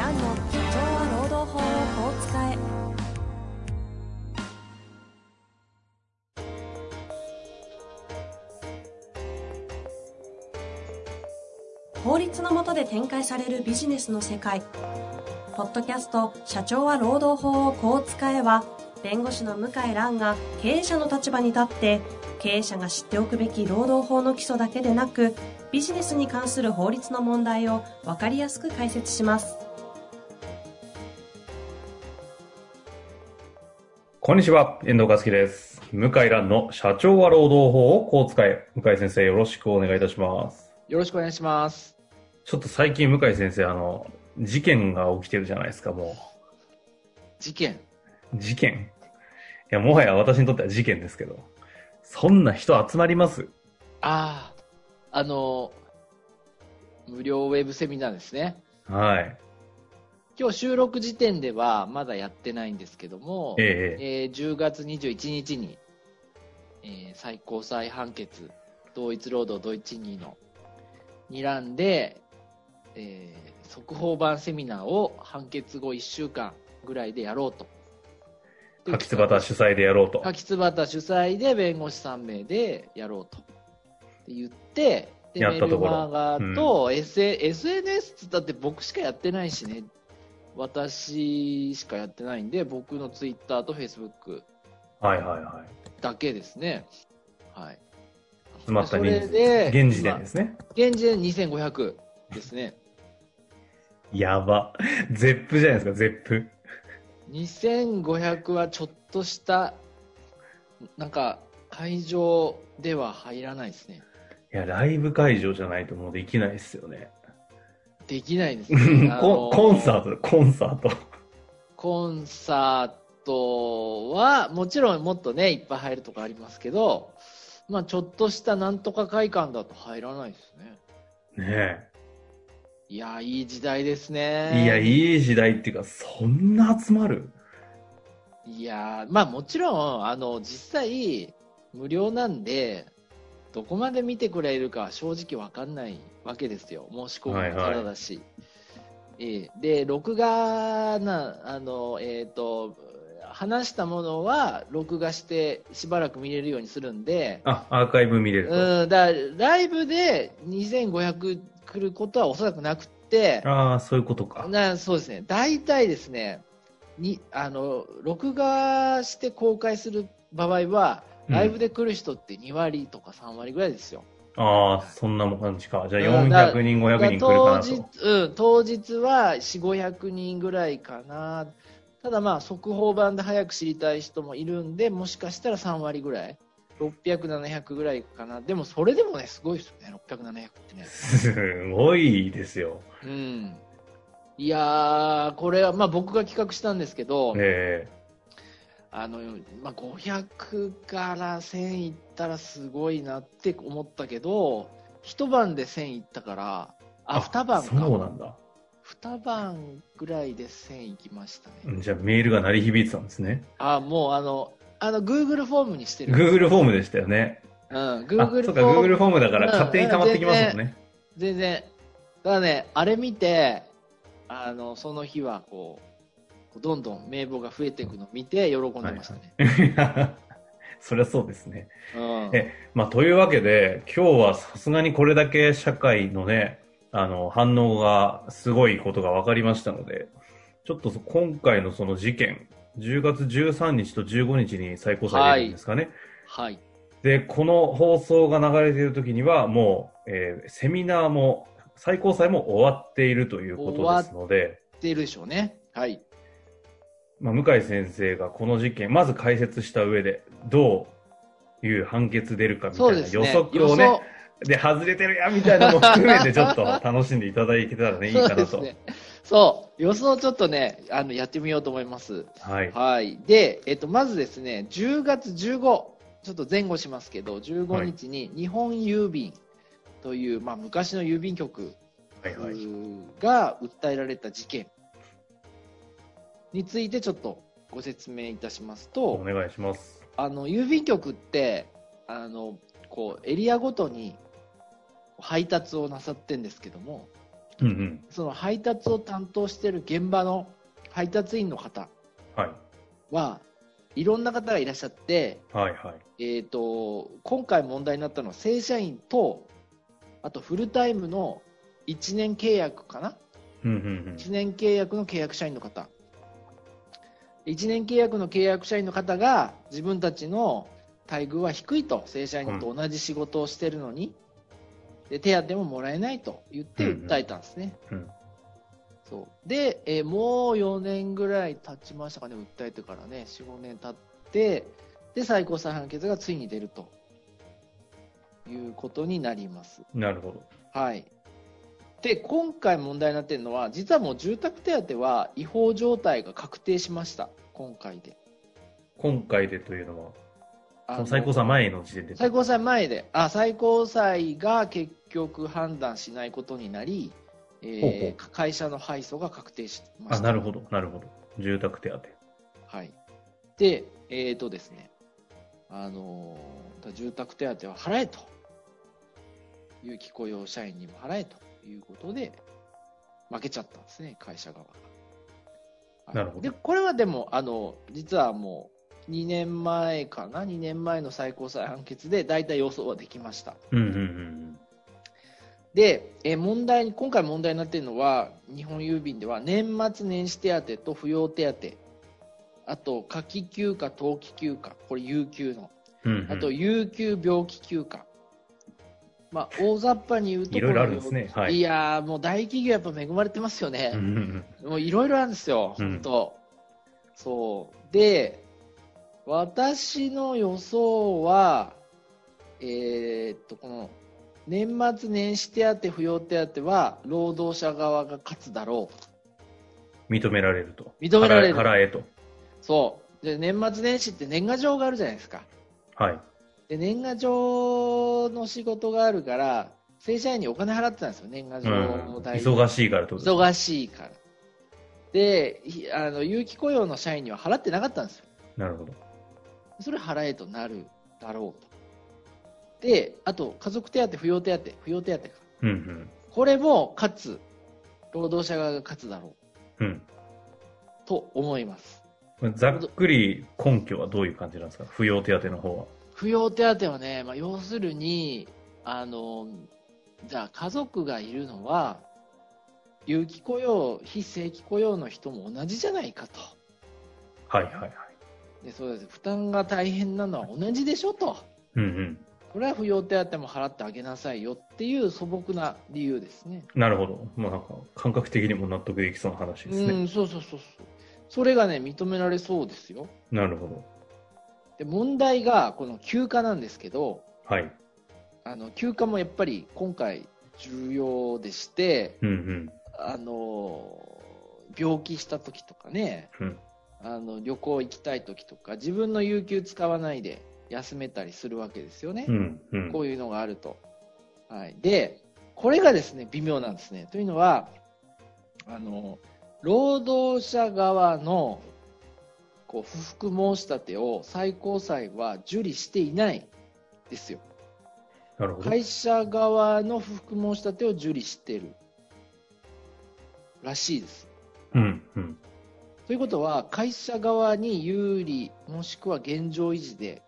蘭の社長は労働法をこう使え。法律の下で展開されるビジネスの世界。ポッドキャスト社長は労働法をこう使えは、弁護士の向井蘭が経営者の立場に立って経営者が知っておくべき労働法の基礎だけでなく、ビジネスに関する法律の問題を分かりやすく解説します。 こんにちは、遠藤和樹です。向井蘭の社長は労働法をこう使え。向井先生、よろしくお願いいたします。 よろしくお願いします。 ちょっと最近向井先生、事件が起きてるじゃないですか、も事件う。事件いや、もはや私にとっては事件ですけど。そんな人集まります？ 無料ウェブセミナーですね。 はい。 今日収録時点ではまだやってないんですけども、10月21日に、最高裁判決、同一労働同一賃金の2欄で、速報版セミナーを判決後1週間ぐらいでやろうと。 柿つばた主催でやろうと。 柿つばた主催で弁護士3名でやろうと言って、でやったところメルマガと、SNS だって僕しかやってないしね、私しかやってないんで、僕のツイッターとフェイスブックだけですね。はい。 集まった人数。現時点ですね。 現時点2500ですね。 やば。ゼップじゃないですか、ゼップ。 2500はちょっとしたなんか会場では入らないですね。 いや、ライブ会場じゃないともうできないですよね。 できないですね。 コンサートはもちろんもっとねいっぱい入るとかありますけど、まあちょっとしたなんとか会館だと入らないですね。 ねえ。 いや、いい時代ですね。 いや、いい時代っていうか、そんな集まる？ いや、まあもちろん、実際、無料なんで、どこまで見てくれるかは正直わかんないわけですよ。申し込むのただだし。で、録画話したものは録画してしばらく見れるようにするんで。 アーカイブ見れると。 ライブで2500来ることはおそらくなくて。 そういうことか。 そうですね。大体ですね、録画して公開する場合は、ライブで来る人って2割とか3割ぐらいですよ。 そんな感じか。じゃあ400人、500人来るかなと。 当日は4、500人ぐらいかな。ただまあ、速報版で早く知りたい人もいるんで、もしかしたら3割ぐらい。600、700ぐらいかな。でもそれでもね、すごいですよね。600、700ってね。 すごいですよ。 うん。いやー、これはまあ僕が企画したんですけど、まあ、500から1000いったらすごいなって思ったけど、一晩で1000いったから、2晩か。 そうなんだ。 2晩ぐらいで1000いきましたね。 じゃあメールが鳴り響いてたんですね。 もうGoogle フォームにしてる。 Google フォームでしたよね。 Google フォームだから勝手に溜まってきますもんね。 全然。ただね、あれ見て、その日はこう、どんどん名簿が増えていくのを見て喜んでましたね。 そりゃそうですね。というわけで、今日はさすがにこれだけ社会のね、反応がすごいことが分かりましたので、ちょっと今回のその事件、10月13日と15日に最高裁出るんですかね。 はい。 で、この放送が流れている時にはもう、セミナーも最高裁も終わっているということですので。終わっているでしょうね。はい。 向井先生がこの事件、まず解説した上で、どういう判決出るかみたいな予測をね、で、外れてるやみたいなのも含めてちょっと楽しんでいただけたらね、いいかなと。 そう、予想ちょっとね、やってみようと思います。 はい。 はい。で、まずですね、10月15、ちょっと前後しますけど、15日に日本郵便という、まあ、昔の郵便局が訴えられた事件についてちょっとご説明いたしますと、 お願いします。 郵便局ってこうエリアごとに配達をなさってんですけども、 うんうん、 その配達を担当している現場の配達員の方は、いろんな方がいらっしゃって、 はいはい、 今回問題になったのは正社員と、あとフルタイムの1年契約かな、1年契約の契約社員の方、1年契約の契約社員の方が自分たちの待遇は低いと、正社員と同じ仕事をしているのに、で手当ももらえないと言って訴えたんですね。そうで、もう4年ぐらい経ちましたかね、訴えてからね、4、5年経って、で最高裁判決がついに出るということになります。 なるほど。 はい。で、今回問題になっているのは、実はもう住宅手当は違法状態が確定しました、今回で。 今回でというのは、その最高裁前の時点で。 最高裁前で、最高裁が結局判断しないことになり、会社の敗訴が確定しました。 なるほど、なるほど。住宅手当。 はい。で、ですね、住宅手当は払えと。有期雇用社員にも払えということで、負けちゃったんですね、会社側が。はい、 なるほど。 で、これはでも、実はもう、2年前かな、2年前の最高裁判決で大体予想はできました。で、今回問題になっているのは、日本郵便では年末年始手当と扶養手当、あと夏季休暇、冬季休暇、これ有給の、あと有給病気休暇、大雑把に言うと、 いろいろあるんですね。 いやもう大企業やっぱ恵まれてますよね。もういろいろあるんですよ、本当。そうで、私の予想は、この年末年始手当、扶養手当は労働者側が勝つだろう。認められると。 認められる。 払えと。 そうで、年末年始って年賀状があるじゃないですか。 はい。 で、年賀状の仕事があるから、正社員にお金払ってたんですよ、年賀状の代理。 忙しいからってことですね。 忙しいから。で、有期雇用の社員には払ってなかったんですよ。 なるほど。 それ払えとなるだろうと。で、あと、家族手当、扶養手当か。これも勝つ、労働者側が勝つだろう。と思います。 ざっくり根拠はどういう感じなんですか、扶養手当の方は。 扶養手当はね、要するに、じゃあ家族がいるのは、有期雇用、非正規雇用の人も同じじゃないかと。 はいはいはい。 で、そうです。負担が大変なのは同じでしょと。これは扶養手当も払ってあげなさいよっていう素朴な理由ですね。 なるほど。なんか感覚的にも納得できそうな話ですね。 そう。それがね、認められそうですよ。 なるほど。 で、問題がこの休暇なんですけど、 はい。 休暇もやっぱり今回重要でして、病気した時とかね、旅行行きたい時とか、自分の有給使わないで休めたりするわけですよね。こういうのがあると。はい。で、これがですね、微妙なんですね。というのは、労働者側の不服申し立てを最高裁は受理していないですよ。 なるほど。 会社側の不服申し立てを受理しているらしいです。ということは、会社側に有利もしくは現状維持で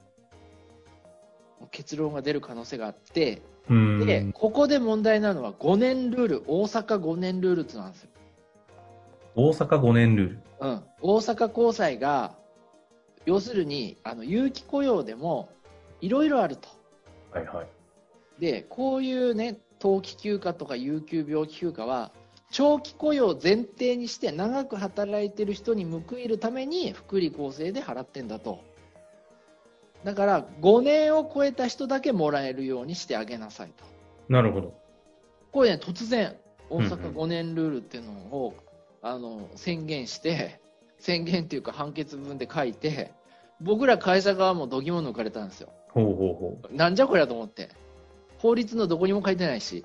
結論が出る可能性があって、で、ここで問題なのは5年ルール、大阪5年ルールってなんですよ。 大阪5年ルール。 大阪高裁が、要するに、有期雇用でもいろいろあると。 はいはい。 で、こういうね、冬季休暇とか有給病気休暇は、長期雇用を前提にして長く働いている人に報いるために福利厚生で払ってんだと。だから5年を超えた人だけもらえるようにしてあげなさいと。 なるほど。 これね、突然大阪5年ルールっていうのを、宣言っていうか判決文で書いて、僕ら会社側も度肝抜かれたんですよ。なんじゃこりゃと思って。法律のどこにも書いてないし。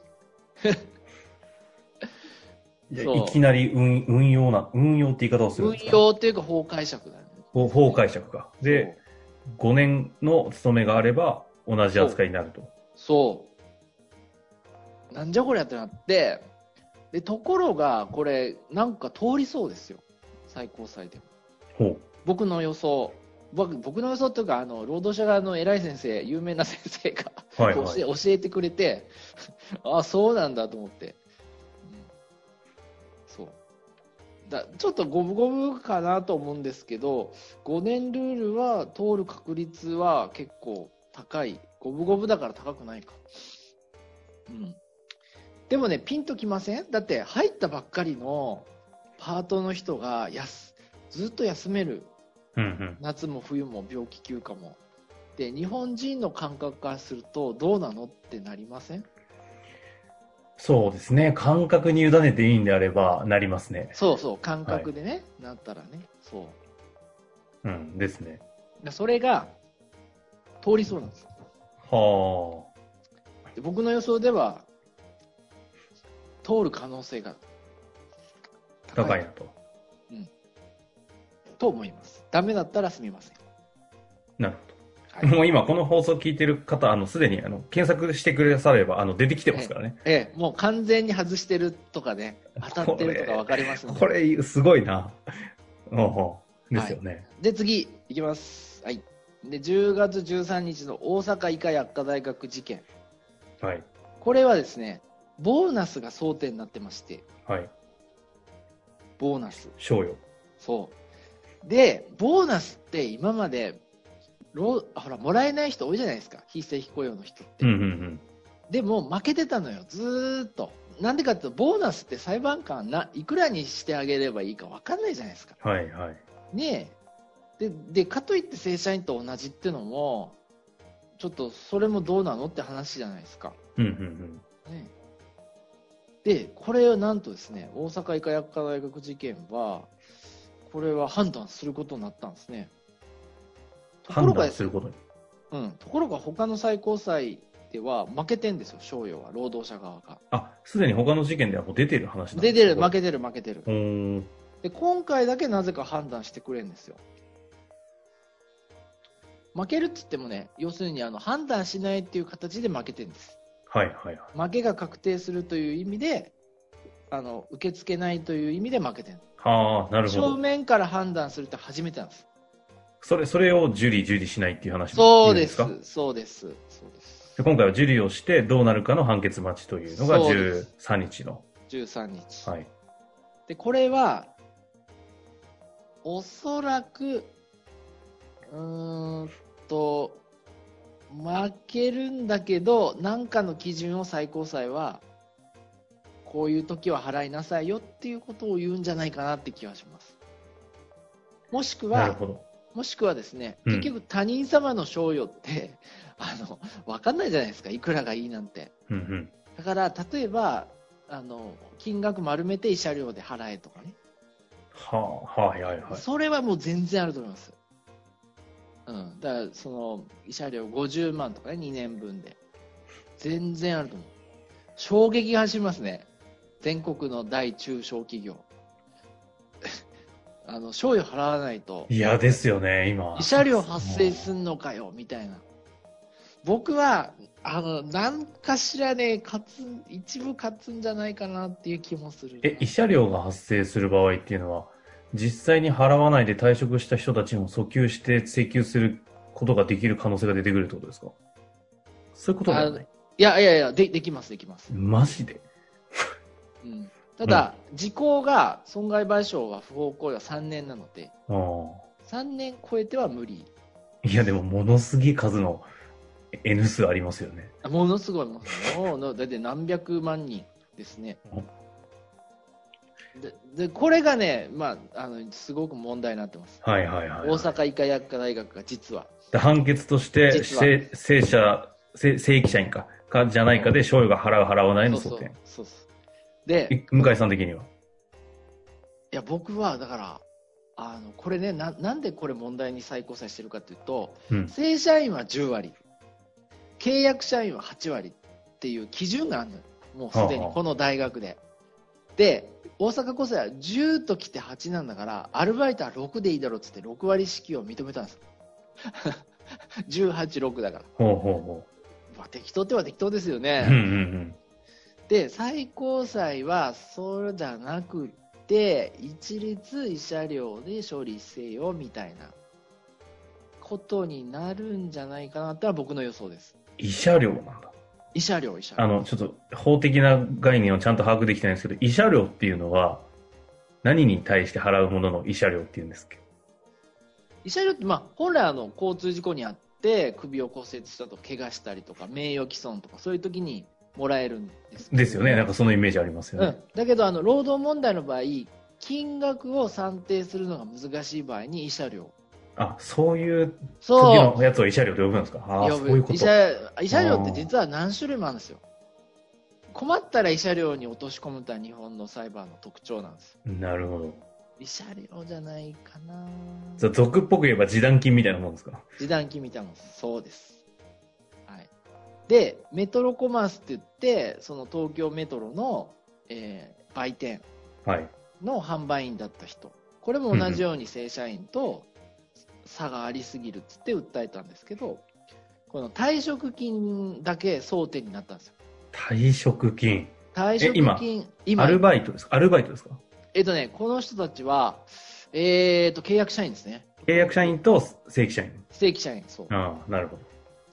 いきなり運用って言い方をするんですか？ 運用っていうか法解釈だね。 法解釈か。で、5年の勤めがあれば同じ扱いになると。 そう。なんじゃこりゃってなって、 で、ところが、これ、なんか通りそうですよ。最高裁でも。僕の予想。僕の予想っていうか、労働者側の偉い先生、有名な先生が、はいはい、教えてくれて、あ、そうなんだと思って。そう。ちょっと五分五分かなと思うんですけど、5年ルールは通る確率は結構高い。五分五分だから高くないか。うん。でもね、ピンときません？だって入ったばっかりのパートの人がずっと休める。うんうん、夏も冬も病気休暇も。で、日本人の感覚からするとどうなのってなりません？ そうですね。感覚に委ねていいんであればなりますね。 そうそう、感覚でね、はい、なったらね。そう。 うんですね。 それが通りそうなんです。はあ。で、僕の予想では通る可能性が高いなと。 うん。と思います。ダメだったらすみません。 なるほど。はい、もう今この放送聞いてる方、すでに検索してくだされば出てきてますからね。 もう完全に外してるとかね、当たってるとか分かりますので。 これすごいな。ですよね。はい、 で、次いきます。はい。で、10月13日の大阪医科薬科大学事件。はい。これはですね、ボーナスが争点になってまして。はい。ボーナス。 賞与。 そう。で、ボーナスって今までほらもらえない人多いじゃないですか、非正規雇用の人って。うんうんうん、でも負けてたのよ、ずーっと。なんでかっていうと、ボーナスって裁判官いくらにしてあげればいいか分かんないじゃないですか。はいはい。ねえ。でかといって正社員と同じっていうのも、ちょっとそれもどうなのって話じゃないですか。うんうんうん。ねえ。で、これをなんとですね、大阪医科薬科大学事件は、これは判断することになったんですね。ところがですね、ところが他の最高裁では負けてんですよ、賞与は、労働者側が。 あ、すでに他の事件ではもう出てる話なんですか？ 出てる、負けてる、負けてる。で、今回だけなぜか判断してくれるんですよ。負けるって言ってもね、要するに判断しないっていう形で負けてるんです。はいはいはい。負けが確定するという意味で、受け付けないという意味で負けてる。はあ、なるほど。正面から判断するって初めてなんです。 それを受理しないっていう話もですか？そうです。 で、今回は受理をしてどうなるかの判決待ちというのが13日の。 13日。はい。で、これは、おそらく、負けるんだけど、何かの基準を最高裁は、こういう時は払いなさいよっていうことを言うんじゃないかなって気がします。もしくはですね、結局他人様の賞与って分かんないじゃないですか、いくらがいいなんて。うんうん、だから例えば金額丸めて慰謝料で払えとかね。はいはいはい。それはもう全然あると思います。うん、だからその慰謝料50万とかね、2年分で全然あると思う。衝撃が走りますね、全国の大中小企業。賞与払わないと。 嫌ですよね、今。 慰謝料発生すんのかよ、みたいな。僕は、何かしらね、一部勝つんじゃないかなっていう気もする。 慰謝料が発生する場合っていうのは、実際に払わないで退職した人たちも訴求して請求することができる可能性が出てくるってことですか？そういうことだよね。 いや、できます。 マジで？ うん。ただ、時効が損害賠償は不法行為は3年なので、3年超えては無理。 いや、でもものすぎ数の N 数ありますよね。 ものすごい。だって何百万人ですね。でこれがね、すごく問題になってます。はいはいはい、はい。大阪医科薬科大学が実は。 判決として、正規社員かじゃないかで、賞与が払わないの争点。そう。で、向井さん的には？ いや、僕はだからこれね、なんでこれ問題に最高裁してるかというと、正社員は10割、契約社員は8割っていう基準があるのよ、もうすでにこの大学で。で、大阪高裁は10ときて8なんだから、アルバイトは6でいいだろうっつって6割支給を認めたんです。18、6だから。適当っては適当ですよね。 で、最高裁はそうじゃなくて、一律慰謝料で処理せよみたいなことになるんじゃないかなってのは僕の予想です。 慰謝料なんだ。 慰謝料。 ちょっと法的な概念をちゃんと把握できてないんですけど、慰謝料っていうのは何に対して払うものの慰謝料っていうんですっけ？ 慰謝料って、本来交通事故にあって首を骨折したとか怪我したりとか名誉毀損とかそういう時にもらえるんですけど。 ですよね。なんかそのイメージありますよね。 だけど労働問題の場合、金額を算定するのが難しい場合に慰謝料。 そういう時のやつを慰謝料と呼ぶんですか？そういうこと。 慰謝料って実は何種類もあるんですよ。困ったら慰謝料に落とし込むとは日本の裁判の特徴なんです。 なるほど。 慰謝料じゃないかな。 俗っぽく言えば示談金みたいなもんですか？ 示談金みたいなもんです。そうです。はい。で、メトロコマースって言って、その東京メトロの、売店の販売員だった人。これも同じように正社員と差がありすぎるっつって訴えたんですけど、この退職金だけ争点になったんですよ。 退職金。 今アルバイトですか？ この人たちは、契約社員ですね。 契約社員と正規社員。 正規社員、そう。 なるほど。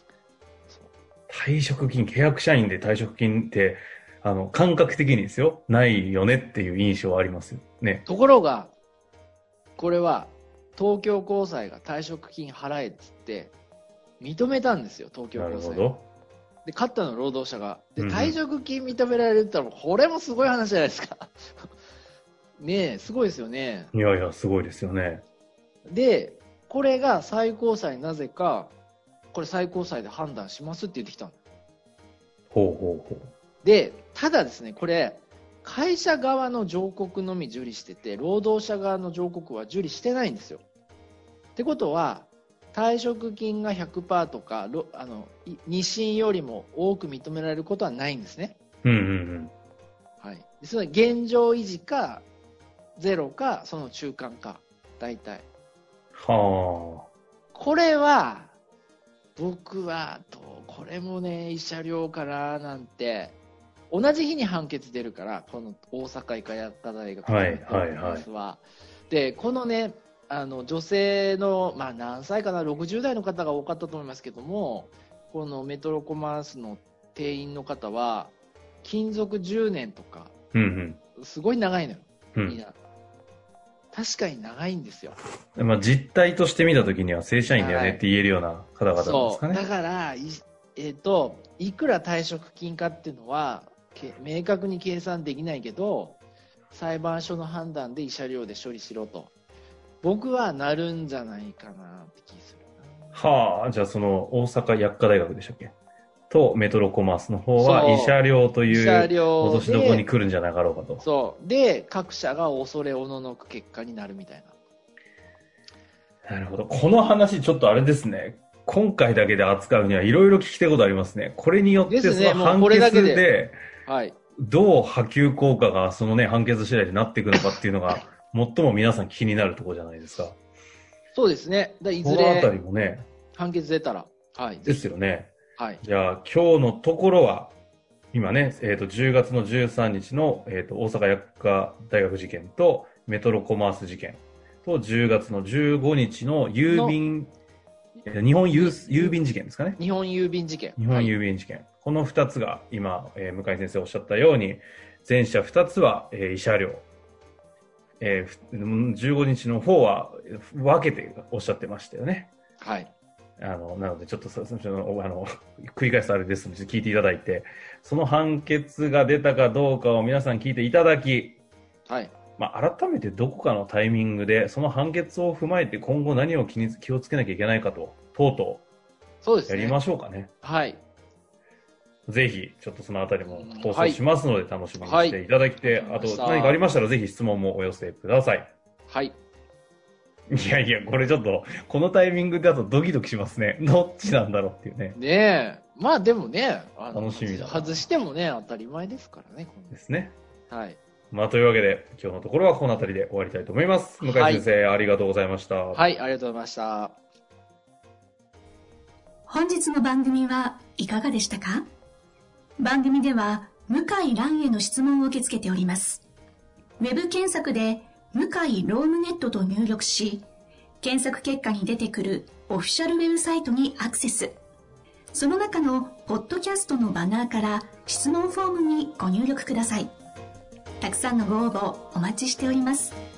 退職金、契約社員で退職金って、感覚的にですよ、ないよねっていう印象はありますよね。 ところが、これは、東京高裁が退職金払えっつって、認めたんですよ、東京高裁。なるほど。で、勝ったの労働者が。で、退職金認められるって言ったら、これもすごい話じゃないですか。ねえ、すごいですよね。 いやいや、すごいですよね。 で、これが最高裁なぜか、これ最高裁で判断しますって言ってきたの。 ほう。 で、ただですね、これ、会社側の上告のみ受理してて、労働者側の上告は受理してないんですよ。ってことは、退職金が 100% とか、2審よりも多く認められることはないんですね。はい。その現状維持か、ゼロか、その中間か、大体。これは、僕は、これもね、慰謝料かな、なんて、同じ日に判決出るから、この大阪医科薬科大学のケースは。で、このね、女性の、何歳かな、60代の方が多かったと思いますけども、このメトロコマースの定員の方は、勤続10年とか、すごい長いのよ、みんな。確かに長いんですよ。 実態として見たときには正社員だよねって言えるような方々なんですかね。 だから、いくら退職金かっていうのは、明確に計算できないけど、裁判所の判断で慰謝料で処理しろと。僕はなるんじゃないかなって気するな。じゃあその大阪薬科大学でしたっけとメトロコマースの方は慰謝料という落としどころに来るんじゃなかろうかと。 そうで各社が恐れおののく結果になるみたいな。なるほど。この話ちょっとあれですね。今回だけで扱うにはいろいろ聞きたいことありますね。これによってその判決でどう波及効果がそのね判決次第でなっていくのかっていうのが最も皆さん気になるところじゃないですか。 そうですね。いずれこのあたりもね判決出たら、 ですよね。 じゃあ今日のところは今ね、10月の13日の、大阪薬科大学事件とメトロコマース事件と10月の15日の日本郵便事件ですかね。 日本郵便事件。 日本郵便事件。この2つが今、向井先生おっしゃったように前者2つは、慰謝料、15日の方は分けておっしゃってましたよね。 はい。 なのでちょっと繰り返すあれですので聞いていただいて、その判決が出たかどうかを皆さん聞いていただき、改めてどこかのタイミングでその判決を踏まえて今後何を気をつけなきゃいけないかとやりましょうかね。ぜひちょっとそのあたりも放送しますので楽しみにしていただきて、あと何かありましたらぜひ質問もお寄せください。いやいや、これちょっと、このタイミングだとドキドキしますね。どっちなんだろうっていうね。 ねえ。でもね、 楽しみだ。 外してもね、当たり前ですからね。 ですね。 というわけで、今日のところはこのあたりで終わりたいと思います。向井先生、ありがとうございました。 ありがとうございました。 本日の番組はいかがでしたか？番組では向井蘭への質問を受け付けております。ウェブ検索で向井ロームネットと入力し、検索結果に出てくるオフィシャルウェブサイトにアクセス。その中のポッドキャストのバナーから質問フォームにご入力ください。たくさんのご応募お待ちしております。